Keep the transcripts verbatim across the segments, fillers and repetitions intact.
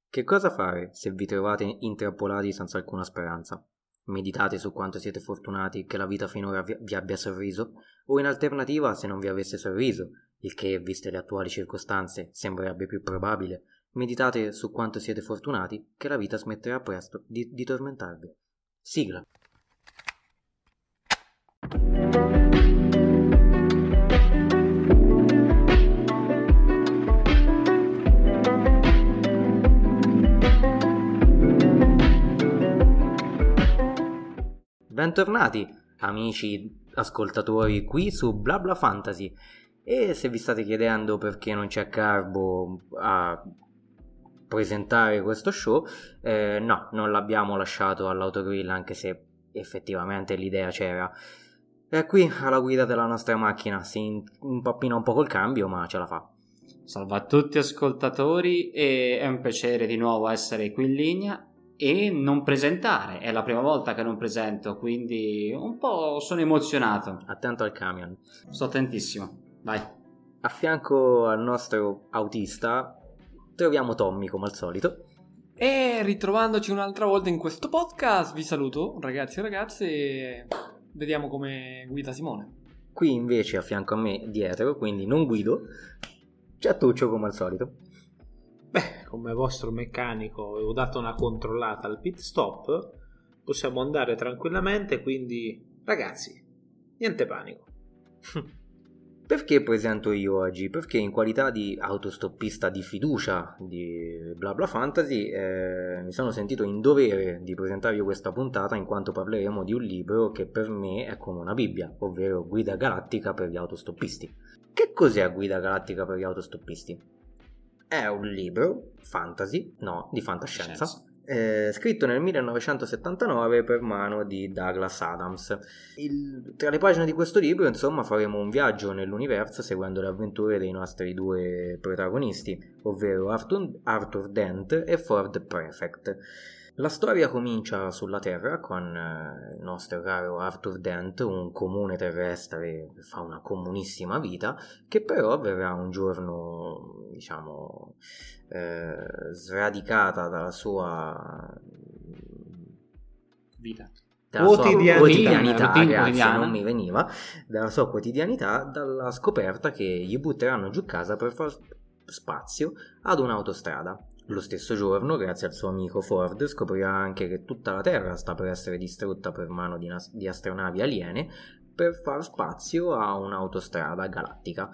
Che cosa fare se vi trovate intrappolati senza alcuna speranza? Meditate su quanto siete fortunati che la vita finora vi, vi abbia sorriso? O in alternativa, se non vi avesse sorriso, il che, viste le attuali circostanze, sembrerebbe più probabile, meditate su quanto siete fortunati che la vita smetterà presto di, di tormentarvi. Sigla. Bentornati amici ascoltatori qui su Bla Bla Fantasy, e se vi state chiedendo perché non c'è Carbo a presentare questo show, eh, no, non l'abbiamo lasciato all'autogrill, anche se effettivamente l'idea c'era. È qui alla guida della nostra macchina, si impappina un po' col cambio, ma ce la fa. Salve a tutti ascoltatori, e è un piacere di nuovo essere qui in linea e non presentare. È la prima volta che non presento, quindi un po' sono emozionato. Attento al camion. Sto attentissimo. Vai. A fianco al nostro autista troviamo Tommy, come al solito. E ritrovandoci un'altra volta in questo podcast, vi saluto ragazzi e ragazze e vediamo come guida Simone. Qui invece a fianco a me, dietro, quindi non guido, c'è Tuccio, come al solito. Beh, come vostro meccanico avevo dato una controllata al pit stop, possiamo andare tranquillamente, quindi ragazzi, niente panico. Perché presento io oggi? Perché in qualità di autostoppista di fiducia di Bla Bla Fantasy eh, mi sono sentito in dovere di presentarvi questa puntata, in quanto parleremo di un libro che per me è come una Bibbia, ovvero Guida Galattica per gli autostoppisti. Che cos'è Guida Galattica per gli autostoppisti? È un libro fantasy, no, di fantascienza, eh, scritto nel millenovecentosettantanove per mano di Douglas Adams. Il, tra le pagine di questo libro, insomma, faremo un viaggio nell'universo seguendo le avventure dei nostri due protagonisti, ovvero Arthur, Arthur Dent e Ford Prefect. La storia comincia sulla Terra con eh, il nostro caro Arthur Dent, un comune terrestre che fa una comunissima vita, che però verrà un giorno, diciamo, eh, sradicata dalla sua vita. Dalla quotidianità, sua quotidianità, quotidiana, grazie, non mi veniva, dalla sua quotidianità, dalla scoperta che gli butteranno giù casa per far spazio ad un'autostrada. Lo stesso giorno, grazie al suo amico Ford, scoprirà anche che tutta la Terra sta per essere distrutta per mano di, nas- di astronavi aliene per far spazio a un'autostrada galattica.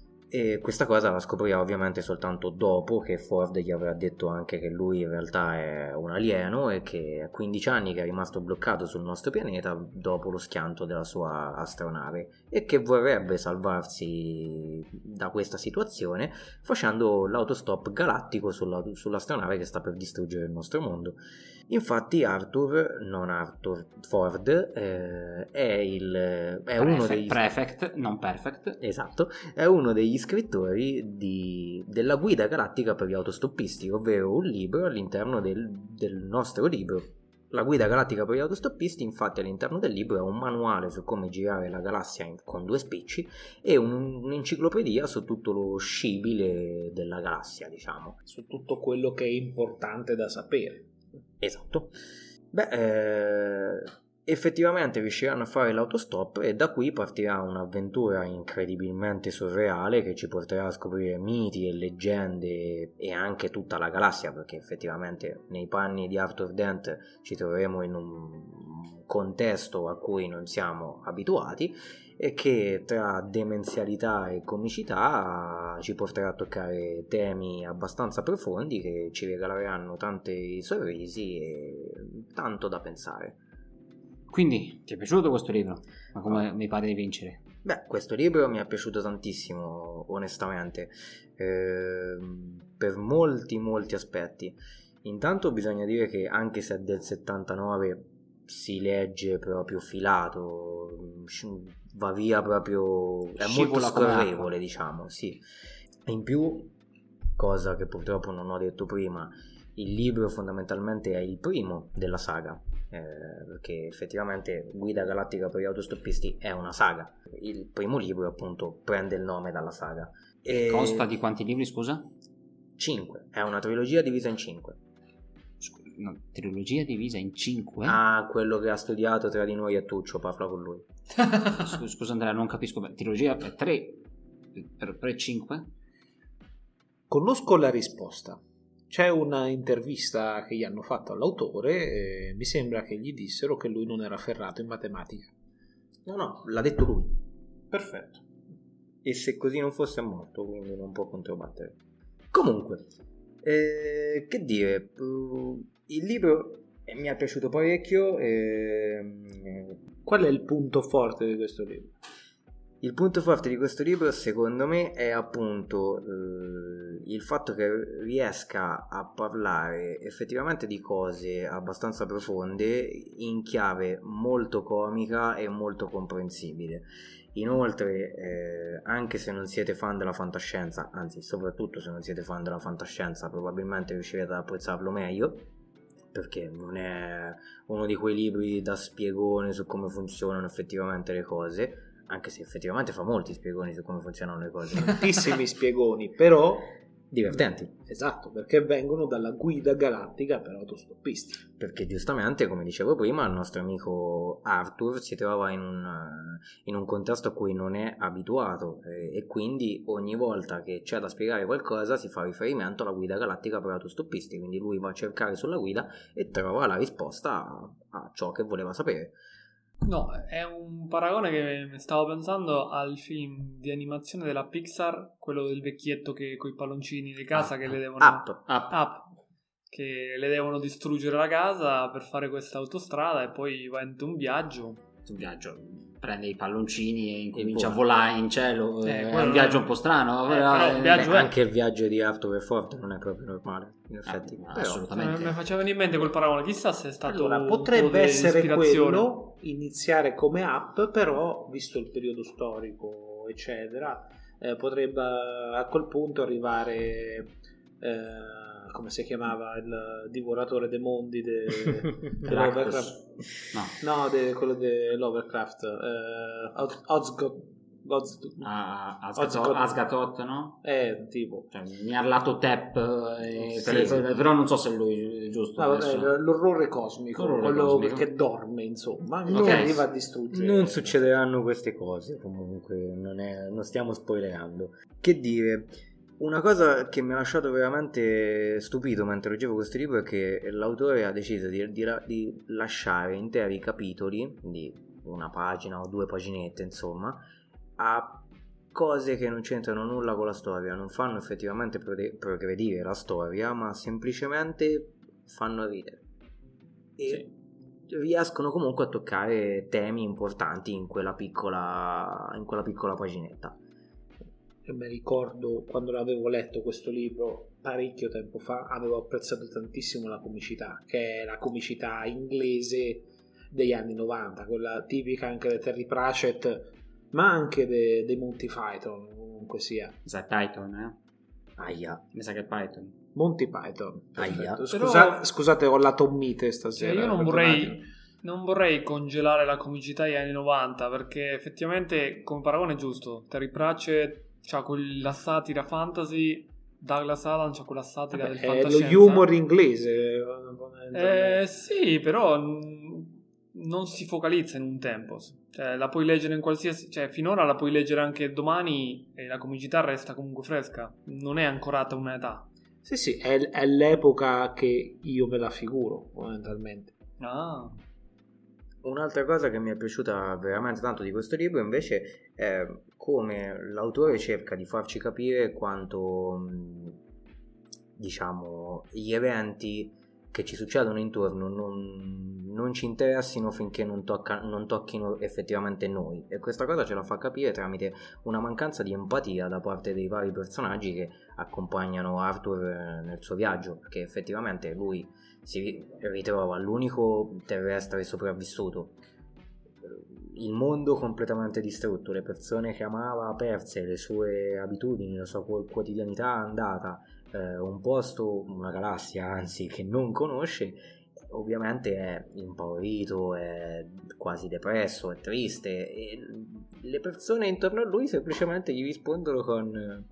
E questa cosa la scoprirà ovviamente soltanto dopo che Ford gli avrà detto anche che lui in realtà è un alieno e che a quindici anni che è rimasto bloccato sul nostro pianeta dopo lo schianto della sua astronave e che vorrebbe salvarsi da questa situazione facendo l'autostop galattico sulla, sull'astronave che sta per distruggere il nostro mondo. Infatti Arthur, non Arthur, Ford, eh, è, il, è Prefect, uno degli... Prefect, non perfect. Esatto, è uno degli scrittori di, della Guida Galattica per gli autostoppisti, ovvero un libro all'interno del, del nostro libro. La Guida Galattica per gli autostoppisti, infatti, all'interno del libro è un manuale su come girare la galassia in, con due spicci e un, un'enciclopedia su tutto lo scibile della galassia, diciamo. Su tutto quello che è importante da sapere. Esatto. Beh, eh, effettivamente riusciranno a fare l'autostop e da qui partirà un'avventura incredibilmente surreale che ci porterà a scoprire miti e leggende e anche tutta la galassia, perché effettivamente nei panni di Arthur Dent ci troveremo in un contesto a cui non siamo abituati e che tra demenzialità e comicità ci porterà a toccare temi abbastanza profondi che ci regaleranno tanti sorrisi e tanto da pensare. Quindi, ti è piaciuto questo libro? Ma come mi pare di vincere? Beh, questo libro mi è piaciuto tantissimo, onestamente, eh, per molti molti aspetti. Intanto bisogna dire che anche se è del settantanove si legge proprio filato, va via proprio, è molto scorrevole, diciamo, sì. In più, cosa che purtroppo non ho detto prima, il libro fondamentalmente è il primo della saga, eh, perché effettivamente Guida Galattica per gli autostoppisti è una saga. Il primo libro appunto prende il nome dalla saga. E consta di quanti libri, scusa? cinque, è una trilogia divisa in cinque. No, trilogia divisa in cinque? Ah, quello che ha studiato Tra di noi e Tuccio, parla con lui. Scusa, scusa Andrea, non capisco bene. Trilogia è tre per, per cinque? Conosco la risposta. C'è una intervista che gli hanno fatto all'autore e mi sembra che gli dissero che lui non era ferrato in matematica. No, no, l'ha detto lui. Perfetto. E se così non fosse è morto, quindi non può controbattere. Comunque, eh, che dire, uh, il libro mi è piaciuto parecchio. Eh, Qual è il punto forte di questo libro? Il punto forte di questo libro, secondo me, è appunto eh, il fatto che riesca a parlare effettivamente di cose abbastanza profonde in chiave molto comica e molto comprensibile. Inoltre, eh, anche se non siete fan della fantascienza, anzi soprattutto se non siete fan della fantascienza, probabilmente riuscirete ad apprezzarlo meglio, perché non è uno di quei libri da spiegone su come funzionano effettivamente le cose, anche se effettivamente fa molti spiegoni su come funzionano le cose. Tantissimi spiegoni, però divertenti. Esatto, perché vengono dalla guida galattica per autostoppisti. Perché giustamente, come dicevo prima, il nostro amico Arthur si trova in un, in un contesto a cui non è abituato e, e quindi ogni volta che c'è da spiegare qualcosa si fa riferimento alla guida galattica per autostoppisti, quindi lui va a cercare sulla guida e trova la risposta a, a ciò che voleva sapere. No, è un paragone che stavo pensando al film di animazione della Pixar, quello del vecchietto che coi palloncini di casa Up. che le devono Up. Up. Up, che le devono distruggere la casa per fare questa autostrada e poi va in un viaggio. Un viaggio, prende i palloncini e incomincia E a volare in cielo. Eh, è quello un viaggio un po' strano. Eh, però, però un viaggio Beh, è- anche il viaggio di Arthur e Ford non è proprio normale, in effetti. Ah, Però, assolutamente. Eh, mi faceva venire in mente quel paragone, chissà se è stato Allora, un po' potrebbe di essere ispirazione. quello, iniziare come app, però, visto il periodo storico, eccetera, eh, potrebbe a quel punto arrivare, eh, come si chiamava, il divoratore dei mondi de, dell'Overcraft. No. No, de, quello dell'Overcraft. Eh, Oz- Ozgot. Oz- Ah, Azgatot. Azgatot, Azgatot, no? eh, tipo. Cioè, mi ha lato Tep, eh, Sì, per- sì. però non so se lui è giusto. No, adesso. vabbè, l'orrore cosmico, L'orrore quello cosmico. che dorme, insomma, Ok. che arriva a distruggere. non succederanno queste cose, comunque non, è, non stiamo spoilerando. Che dire, una cosa che mi ha lasciato veramente stupito mentre leggevo questo libro è che l'autore ha deciso di, di, di lasciare interi capitoli di una pagina o due paginette, insomma, a cose che non c'entrano nulla con la storia, non fanno effettivamente pro- progredire la storia, ma semplicemente fanno ridere e riescono comunque a toccare temi importanti in quella piccola in quella piccola paginetta. E mi ricordo quando l'avevo letto questo libro parecchio tempo fa, avevo apprezzato tantissimo la comicità, che è la comicità inglese degli anni novanta, quella tipica anche di Terry Pratchett, ma anche dei de Monty Python, comunque sia. Sa Python, eh? Aia. Mi sa che è Python. Monty Python, Aia. perfetto. Però- Scusa- scusate, ho la tommite Cioè, stasera. io non perdonatemi. vorrei, non vorrei congelare la comicità degli anni novanta, perché effettivamente come paragone è giusto. Terry Pratchett c'ha quella satira fantasy, Douglas Adams c'ha quella satira Vabbè, del è fantascienza. lo humor inglese. Eh, sì, però mh, non si focalizza in un tempo. Cioè, la puoi leggere in qualsiasi... Cioè, finora la puoi leggere anche domani e la comicità resta comunque fresca. Non è ancorata a un'età. Sì, sì, è, è l'epoca che io me la figuro, fondamentalmente. Ah, Un'altra cosa che mi è piaciuta veramente tanto di questo libro invece è come l'autore cerca di farci capire quanto, mh, diciamo, gli eventi che ci succedono intorno non, non ci interessino finché non, tocca, non tocchino effettivamente noi, e questa cosa ce la fa capire tramite una mancanza di empatia da parte dei vari personaggi che accompagnano Arthur eh, nel suo viaggio, perché effettivamente lui si ritrova l'unico terrestre sopravvissuto, il mondo completamente distrutto, le persone che amava perse, le sue abitudini, la sua quotidianità andata, eh, un posto, una galassia anzi che non conosce. Ovviamente è impaurito, è quasi depresso, è triste, e le persone intorno a lui semplicemente gli rispondono con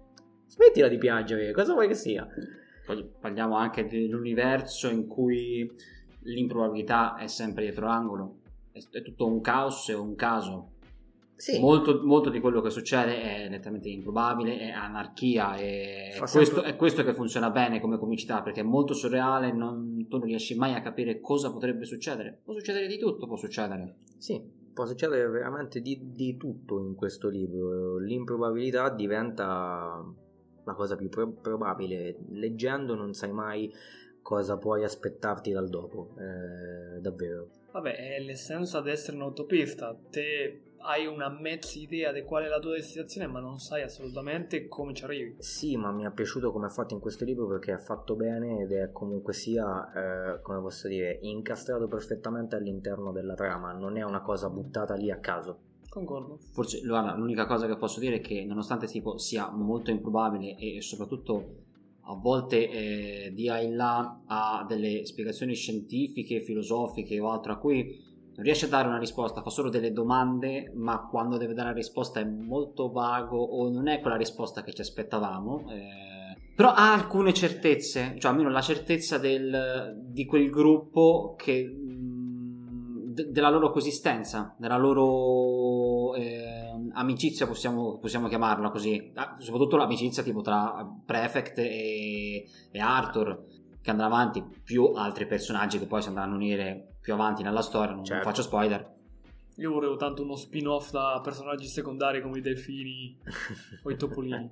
Smettila di piangere, cosa vuoi che sia? Poi parliamo anche dell'universo in cui l'improbabilità è sempre dietro l'angolo, è, è tutto un caos e un caso. Sì. Molto, molto di quello che succede è nettamente improbabile, è anarchia, e Fa questo, sempre- è questo che funziona bene come comicità, perché è molto surreale, non, tu non riesci mai a capire cosa potrebbe succedere. Può succedere di tutto, può succedere. Sì, può succedere veramente di, di tutto in questo libro. L'improbabilità diventa la cosa più pro- probabile. Leggendo non sai mai cosa puoi aspettarti dal dopo, eh, davvero. Vabbè, è l'essenza di essere un autopista. Te hai una mezza idea di qual è la tua destinazione, ma non sai assolutamente come ci arrivi. Sì, ma mi è piaciuto come è fatto in questo libro perché è fatto bene ed è comunque sia, eh, come posso dire, incastrato perfettamente all'interno della trama. Non è una cosa buttata lì a caso. Concordo. Forse guarda, l'unica cosa che posso dire è che nonostante tipo sia molto improbabile e soprattutto a volte eh, dia in là a delle spiegazioni scientifiche, filosofiche o altro a cui non riesce a dare una risposta, fa solo delle domande, ma quando deve dare una risposta è molto vago o non è quella risposta che ci aspettavamo, eh, però ha alcune certezze, cioè almeno la certezza del, di quel gruppo che mh, de, della loro coesistenza, della loro eh, amicizia, possiamo, possiamo chiamarla così, ah, soprattutto l'amicizia tipo tra Prefect e, e Arthur, che andrà avanti, più altri personaggi che poi si andranno a unire più avanti nella storia, non Certo. faccio spoiler. Io volevo tanto uno spin-off da personaggi secondari come i delfini o i topolini.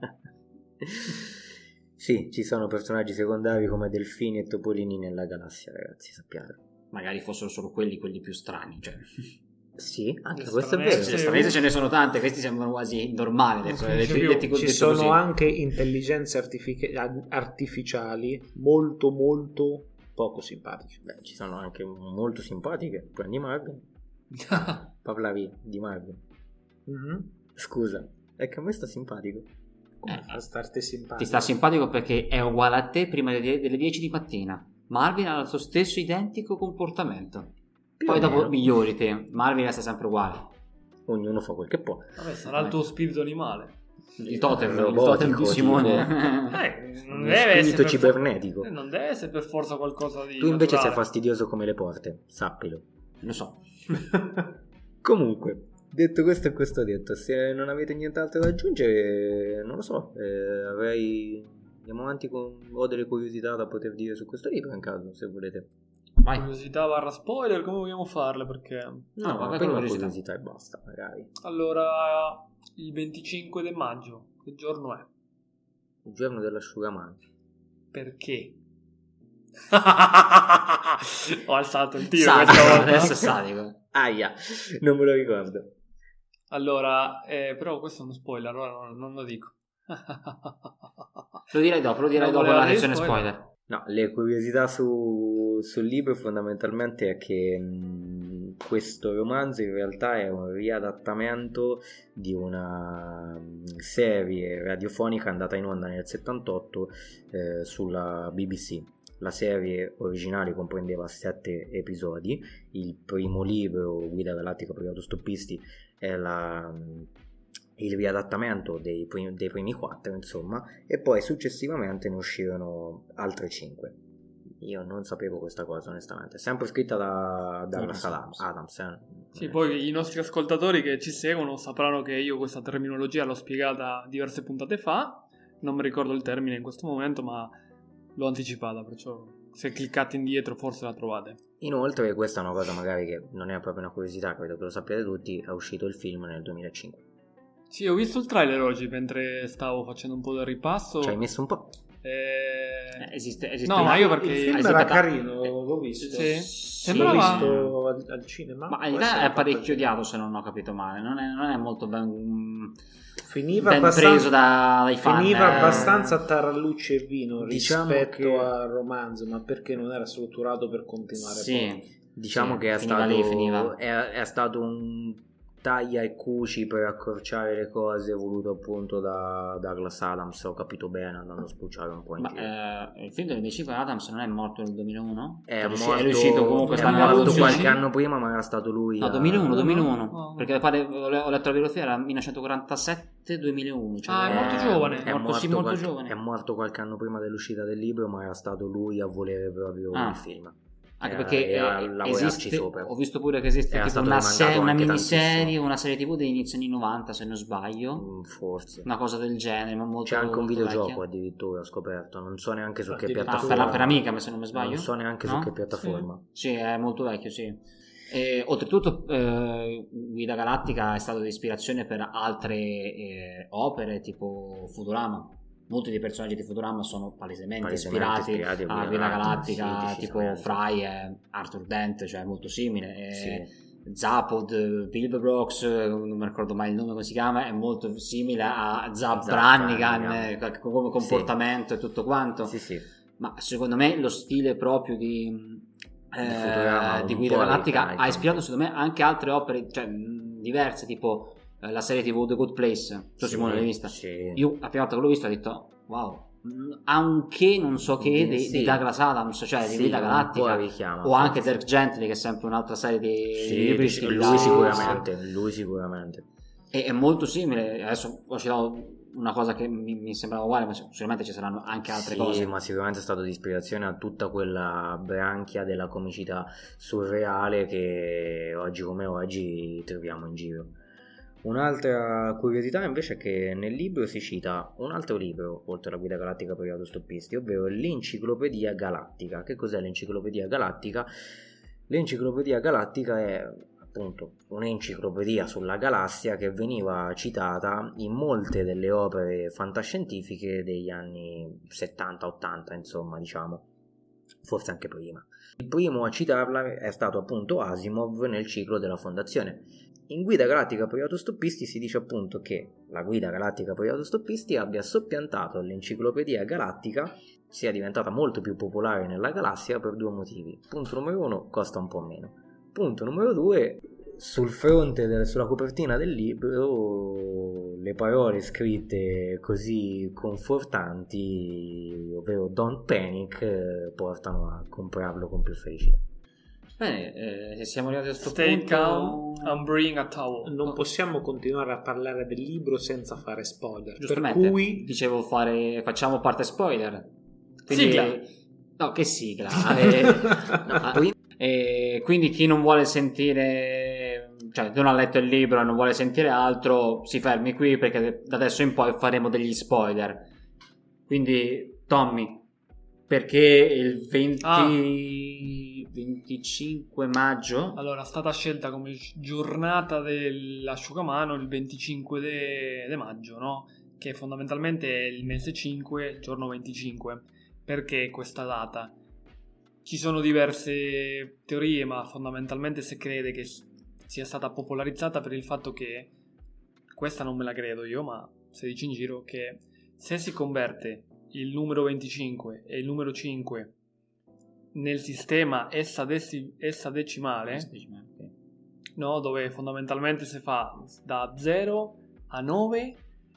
Sì, ci sono personaggi secondari come delfini e topolini nella galassia, ragazzi, sappiate. Magari fossero solo quelli, quelli più strani, cioè. Sì, anche Le questo è stranezze- vero. Le stranezze ce ne sono tante, questi sembrano quasi normali. Non detto- si dice detti- più. detti- Ci detto sono così. anche intelligenze artifici- artificiali molto molto poco simpatiche. Beh, ci sono anche molto simpatiche. Prendi Marvel. Parlavi di Marvel. Mhm. Scusa, è che a me sta simpatico. Come Eh, fa a starti simpatico? Ti sta simpatico perché è uguale a te prima delle delle dieci di mattina. Marvin ha il suo stesso identico comportamento. Più Poi o dopo meno. migliori te. Marvin resta sempre uguale. Ognuno fa quel che può. Vabbè, sarà il tuo spirito animale. Il totem, il Robotico, totem di Simone. Eh, non Uno deve essere spirito per cibernetico. for- eh, non deve essere per forza qualcosa di Tu invece sei naturale. fastidioso come le porte, sappilo. Lo so. Comunque, detto questo e questo detto, se non avete nient'altro da aggiungere, non lo so, eh, avrei... Andiamo avanti con... Ho delle curiosità da poter dire su questo libro in caso, se volete. Vai. Curiosità barra spoiler, come vogliamo farle? Perché No, No, vai ma con prima curiosità. curiosità e basta, magari. allora il venticinque di maggio, che giorno è? Il giorno dell'asciugamano. Perché? Ho alzato il tiro Sadico, questa volta. adesso è sadico. Aia, non me lo ricordo. Allora, eh, però questo è uno spoiler, allora non, non lo dico. Lo direi dopo, lo direi Non dopo voleva la dire lezione spoiler. spoiler. No, le curiosità su, sul libro fondamentalmente è che mh, questo romanzo in realtà è un riadattamento di una mh, serie radiofonica andata in onda nel settantotto eh, sulla B B C. La serie originale comprendeva sette episodi. Il primo libro, Guida Galattica per gli autostoppisti, è la... mh, il riadattamento dei primi, dei primi quattro, insomma, e poi successivamente ne uscirono altre cinque. Io non sapevo questa cosa, onestamente. Sempre scritta da Douglas Adams. Adams eh. Sì, poi i nostri ascoltatori che ci seguono sapranno che io questa terminologia l'ho spiegata diverse puntate fa. Non mi ricordo il termine in questo momento, ma l'ho anticipata, perciò se cliccate indietro forse la trovate. Inoltre, questa è una cosa magari che non è proprio una curiosità, credo che lo sappiate tutti, è uscito il film nel duemilacinque. Sì, ho visto il trailer oggi mentre stavo facendo un po' del ripasso. Ci hai messo un po'? Eh, Eh, esiste, esiste No, ma io perché- il film esiste era ta- carino, l'ho visto. Sì. L'ho Sembrava- visto al, al cinema. Ma in Può realtà essere è parecchio fatto- odiato, se non ho capito male. Non è, non è molto ben, Finiva ben abbastanza- preso da- dai fan. Finiva eh. abbastanza a tarallucce e vino Diciamo rispetto che- al romanzo, ma perché non era strutturato per continuare poi. Sì. Diciamo Sì, che è finiva stato, lì, finiva. È, è stato un taglia e cuci per accorciare le cose voluto appunto da Douglas Adams, ho capito bene andando a spulciare un po' in Ma giro. eh, il film del venticinque Adams non è morto nel duemilauno? È, È, morto, è riuscito comunque è sta morto nella qualche anno prima, ma era stato lui no a... duemilauno duemilauno No. perché pare, ho letto la biografia, era millenovecentoquarantasette duemilauno, cioè Ah, è molto giovane. è morto, sì, molto qualche, giovane è morto qualche anno prima dell'uscita del libro, ma era stato lui a volere proprio Ah. il film. anche Era- perché era a eh, lavorarci esiste, sopra. ho visto pure che esiste Era tipo stato una, rimandato se- una anche miniserie, tantissimo. una serie tv degli inizi anni novanta se non sbaglio, Mm, forse una cosa del genere, ma molto, c'è anche un molto videogioco vecchia. addirittura, ho scoperto, non so neanche su che Addirittura. Ah, per, piattaforma. la, per Amiga, ma se non mi sbaglio, non so neanche su no? che piattaforma. Sì, è molto vecchio, sì. E, oltretutto, eh, Guida Galattica è stato di ispirazione per altre eh, opere tipo Futurama. Molti dei personaggi di Futurama sono palesemente, Palesemente ispirati, ispirati a a Guida Guida Galattica, Galattica, sì, tipo decisamente. Fry e Arthur Dent, cioè molto simile. E Sì. Zapod, Bilbo Brox, non mi ricordo mai il nome come si chiama, è molto simile a Zap Zap Brannigan, Brannigan. eh, come comportamento e tutto quanto. Sì, sì. Ma secondo me lo stile proprio di, eh, Futurama, di un Guida po' Galattica ricarica. ha ispirato secondo me anche altre opere, cioè, mh, diverse, tipo eh, la serie tv The Good Place. Tu Sì, Simone l'hai vista? sì. Io la prima volta che l'ho visto ho detto wow, mh, anche non so che Sì, di, sì. di Douglas Adams, cioè di Sì, Guida un po' Galattica, richiama, o anche forse. Dirk Gently, che è sempre un'altra serie di, Sì, di libri sì, scritti lui da- sicuramente, lui sicuramente. e è molto simile. Adesso ho citato una cosa che mi, mi sembrava uguale, ma sicuramente ci saranno anche altre Sì, cose. ma sicuramente è stato di ispirazione a tutta quella branchia della comicità surreale che oggi come oggi troviamo in giro. Un'altra curiosità invece è che nel libro si cita un altro libro, oltre alla Guida Galattica per gli autostoppisti, ovvero l'Enciclopedia Galattica. Che cos'è l'Enciclopedia Galattica? L'Enciclopedia Galattica è appunto un'enciclopedia sulla galassia che veniva citata in molte delle opere fantascientifiche degli anni settanta ottanta, insomma, diciamo, forse anche prima. Il primo a citarla è stato appunto Asimov nel ciclo della Fondazione. In Guida Galattica per gli autostoppisti si dice appunto che la Guida Galattica per gli autostoppisti abbia soppiantato l'Enciclopedia Galattica, sia diventata molto più popolare nella galassia per due motivi. Punto numero uno, costa un po' meno. Punto numero due, sul fronte, del, sulla copertina del libro, le parole scritte così confortanti, ovvero Don't Panic, eh, portano a comprarlo con più felicità. Bene, eh, siamo arrivati a questo Stay punto. calm and bring a towel. Non possiamo continuare a parlare del libro senza fare spoiler. Per Giustamente, cui dicevo fare, facciamo parte spoiler. Quindi, Sigla. No, che sigla. eh, no, eh, quindi chi non vuole sentire, cioè chi non ha letto il libro e non vuole sentire altro, si fermi qui, perché da adesso in poi faremo degli spoiler. Quindi Tommy, perché il venti Ah. venticinque maggio? Allora, è stata scelta come giornata dell'asciugamano il venticinque di maggio, no? Che fondamentalmente è il mese cinque, il giorno venticinque. Perché questa data? Ci sono diverse teorie, ma fondamentalmente si crede che sia stata popolarizzata per il fatto che, questa non me la credo io, ma si dice in giro che se si converte il numero venticinque e il numero cinque nel sistema essadeci- essadecimale, no, dove fondamentalmente si fa da zero a nove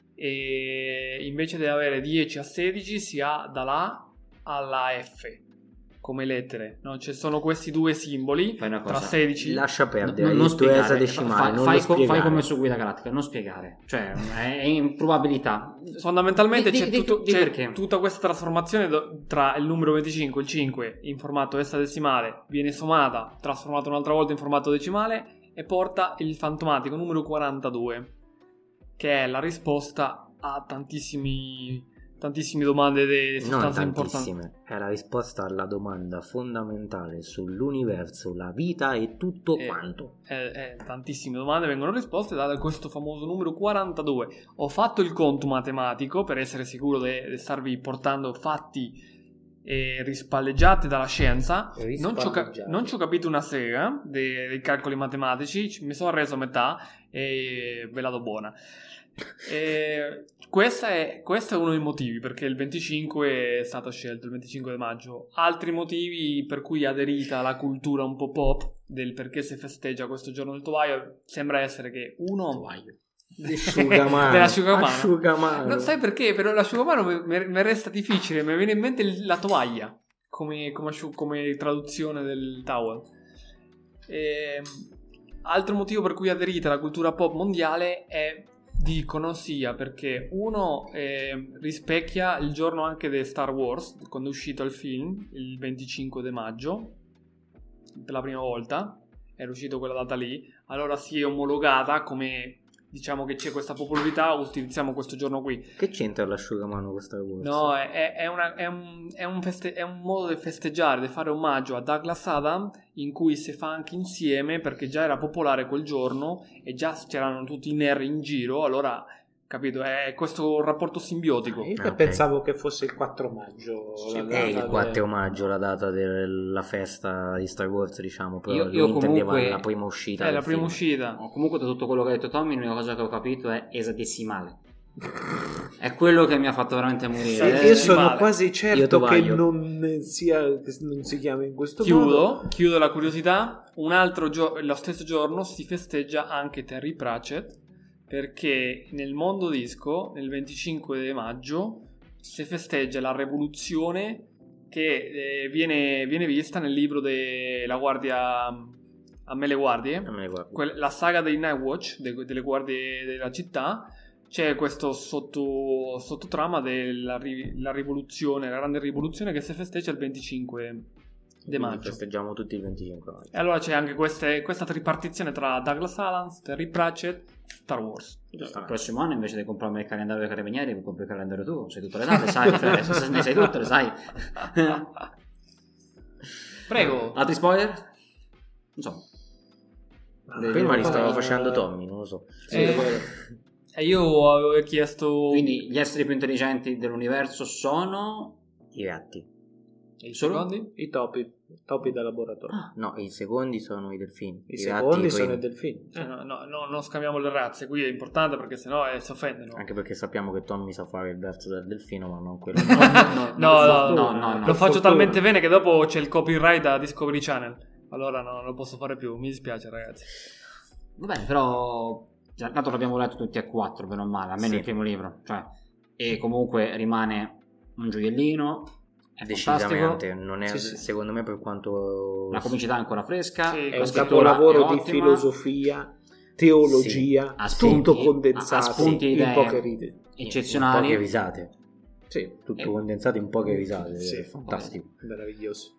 e invece di avere dieci a sedici si ha dalla A alla F come lettere, no? Ci sono questi due simboli Fai una tra cosa, sedici. Lascia perdere, non, non il tuo spiegare, esadecimale, fa- non fai, lo co- fai spiegare. come su Guida Galattica, non spiegare, cioè è, è improbabilità. Fondamentalmente Di- c'è, di- di- tutto- di c'è perché? tutta questa trasformazione do- tra il numero venticinque e il cinque in formato essadecimale, viene sommata, trasformata un'altra volta in formato decimale e porta il fantomatico numero quarantadue, che è la risposta a tantissimi tantissime domande di Non sostanze importanti. tantissime, è la risposta alla domanda fondamentale sull'universo, la vita e tutto Eh, quanto. Eh, eh, tantissime domande vengono risposte da questo famoso numero quarantadue. Ho fatto il conto matematico per essere sicuro di starvi portando fatti e rispalleggiate dalla scienza. Non ci ho, ca- Rispalleggiate. non ci ho capito una sega dei, dei calcoli matematici, ci- mi sono arreso a metà e ve la do buona. E questa è, questo è uno dei motivi perché il venticinque è stato scelto, il venticinque di maggio. Altri motivi per cui è aderita la cultura un po' pop del perché si festeggia questo giorno del tovaio sembra essere che uno... Tovaio. Asciugamano. Dell'asciugamano. Asciugamano. Non sai perché, però l'asciugamano mi, mi- mi resta difficile. Mi viene in mente il- la tovaglia come, come, asciu- come traduzione del towel. Ehm, altro motivo per cui è aderita alla cultura pop mondiale è, dicono, sia perché uno ehm, rispecchia il giorno anche di Star Wars, quando è uscito il film, il venticinque di maggio, per la prima volta, era uscito quella data lì, allora si è omologata come... Diciamo che c'è questa popolarità, utilizziamo questo giorno qui. Che c'entra l'asciugamano questa cosa? No, è, è, una- è un, è, un feste- è un modo di festeggiare, di fare omaggio a Douglas Adams, in cui si fa anche insieme, perché già era popolare quel giorno e già c'erano tutti i nerd in giro, allora, capito, è questo rapporto simbiotico. Io Ah, ok. pensavo che fosse il quattro maggio. Sì, la È data il del- quattro maggio la data della festa di Star Wars, diciamo, però Io- lui io intendeva comunque- la prima uscita È del la prima film. uscita. No, comunque da tutto quello che ha detto Tommy l'unica cosa che ho capito è esadesimale. È quello che mi ha fatto veramente morire. Sì, E Eh, io sono male. quasi Io certo che tovaglio. non sia che non si chiami in questo modo. Chiudo, chiudo la curiosità. Un altro giorno, lo stesso giorno si festeggia anche Terry Pratchett, perché nel mondo disco, nel venticinque di maggio, si festeggia la rivoluzione che eh, viene, viene vista nel libro della guardia a me le guardie, A me guarda. quel- la saga dei Nightwatch, de- delle guardie della città. C'è questo sotto, sottotrama della ri- la rivoluzione, la grande rivoluzione che si festeggia il venticinque di Quindi maggio. festeggiamo tutti il venticinque maggio. E allora c'è anche queste- questa tripartizione tra Douglas Adams, Terry Pratchett, Star Wars. Il prossimo anno invece di comprarmi il calendario dei carabinieri mi compri il calendario tu, sai tutte le date, sai, cioè, se ne sai tutte, le sai. Prego. Altri spoiler? Non so. Prima li stava Eh, facendo Tommy, non lo so. Eh, E io avevo chiesto... Quindi gli esseri più intelligenti dell'universo sono I ratti. E i solo? secondi? I topi, topi da laboratorio. Ah, No, i secondi sono i delfini. I, I secondi ratti, sono poi- i delfini. Cioè, no, no, no, non scambiamo le razze, qui è importante perché sennò eh, si offendono. Anche perché sappiamo che Tommy sa fare il verso del delfino, ma non quello. No, no, no, no, no, no. lo faccio fortuna. talmente bene che dopo c'è il copyright da Discovery Channel. Allora no, non lo posso fare più, mi dispiace ragazzi. va bene, però cioè, tanto l'abbiamo letto tutti e quattro, bene o male, almeno Sì. il primo libro, cioè, e comunque rimane un gioiellino, è fantastico, Decisamente, non è, Sì, sì. secondo me, per quanto la comicità è ancora fresca, Sì, È la un scrittura capolavoro è di ottima, filosofia, teologia, Ha spunti- tutto condensato ha spunti di in idee poche ride. in eccezionali. poche risate. Sì, Tutto E- condensato in poche risate. Sì, è fantastico. meraviglioso.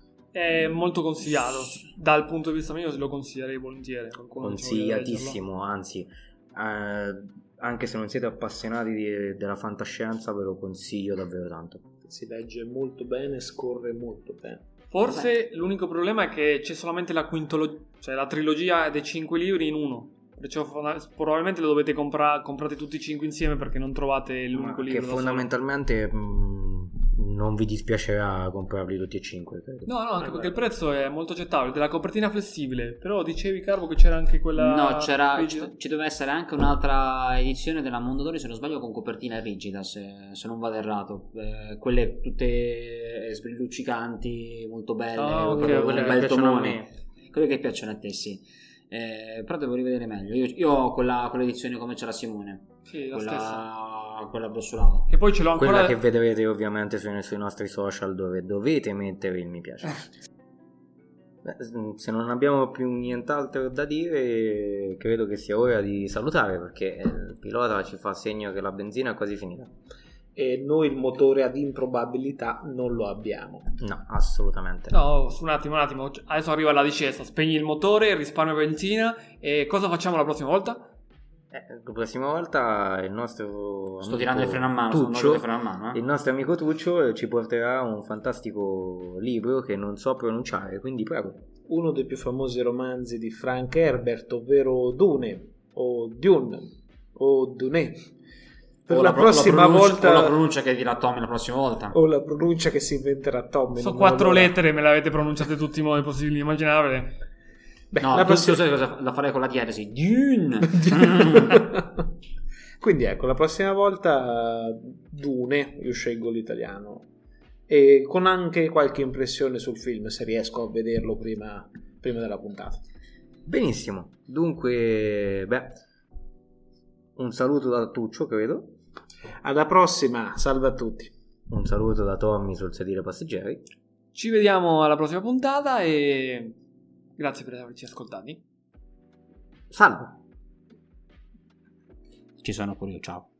È molto consigliato, dal punto di vista mio lo consiglierei volentieri. Qualcuno che voglia leggerlo. Consigliatissimo, anzi, eh, anche se non siete appassionati di- della fantascienza, ve lo consiglio davvero tanto. Si legge molto bene, scorre molto bene. Forse l'unico problema è che c'è solamente la quintologia, cioè la trilogia dei cinque libri in uno. Perciò fona- probabilmente lo dovete comprare, comprate tutti e cinque insieme perché non trovate l'unico Ma libro. che da solo. fondamentalmente mh, non vi dispiacerà comprarli tutti e cinque, credo. No, no, anche perché il prezzo è molto accettabile. Della copertina flessibile. Però dicevi, Carbo, che c'era anche quella. No, c'era, rigida? ci, ci doveva essere anche un'altra edizione della Mondadori, se non sbaglio, con copertina rigida, se, se non vado errato. Eh, quelle tutte sbrilluccicanti, molto belle, Ah, ok, quelle, ok. quelle Che bel piacciono a tomone. me. Quelle che piacciono a te, sì. Eh, però devo rivedere meglio. Io, io ho quella, quell'edizione come c'era Simone, Sì, la stessa. quella, quella brossolata. E poi ce l'ho ancora. Quella che vedrete ovviamente sui, sui nostri social, dove dovete mettere il mi piace. Beh, se non abbiamo più nient'altro da dire, credo che sia ora di salutare, perché il pilota ci fa segno che la benzina è quasi finita. E noi il motore ad improbabilità non lo abbiamo. No, assolutamente. No, su un attimo, un attimo. Adesso arriva la discesa. Spegni il motore, risparmio benzina. E cosa facciamo la prossima volta? Eh, la prossima volta il nostro Sto amico tirando il freno a mano, sto andando Tuccio, il freno a mano. Eh? il nostro amico Tuccio ci porterà un fantastico libro che non so pronunciare, quindi prego. Uno dei più famosi romanzi di Frank Herbert, ovvero Dune o Dune o Dune. per o la, la, prossima la pronuncia, volta o la pronuncia che dirà Tommy la prossima volta, o la pronuncia che si inventerà Tommy. So non quattro vedo l'ora. lettere, me le avete pronunciate tutti i modi possibili e immaginabili. Beh, no, la tu prossima... sai cosa la farei con la diatesi Dune. Quindi ecco, la prossima volta Dune, io scelgo l'italiano, e con anche qualche impressione sul film se riesco a vederlo prima, prima della puntata. Benissimo, dunque, beh, un saluto da Tuccio, credo. Alla prossima, salve a tutti. Un saluto da Tommy sul sedile passeggeri. Ci vediamo alla prossima puntata e grazie per averci ascoltati. Salve. Ci sono pure io, ciao.